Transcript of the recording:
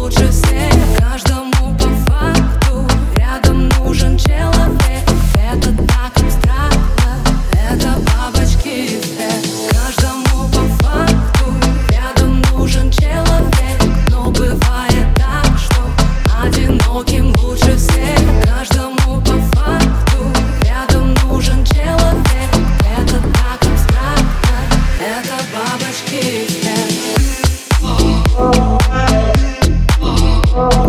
лучше всех. Каждому по факту рядом нужен человек. Это так абстрактно, это бабочки эффект. Каждому по факту рядом нужен человек. Но бывает так, что одиноким лучше всех. Каждому по факту рядом нужен человек. Это так абстрактно, это бабочки эффект.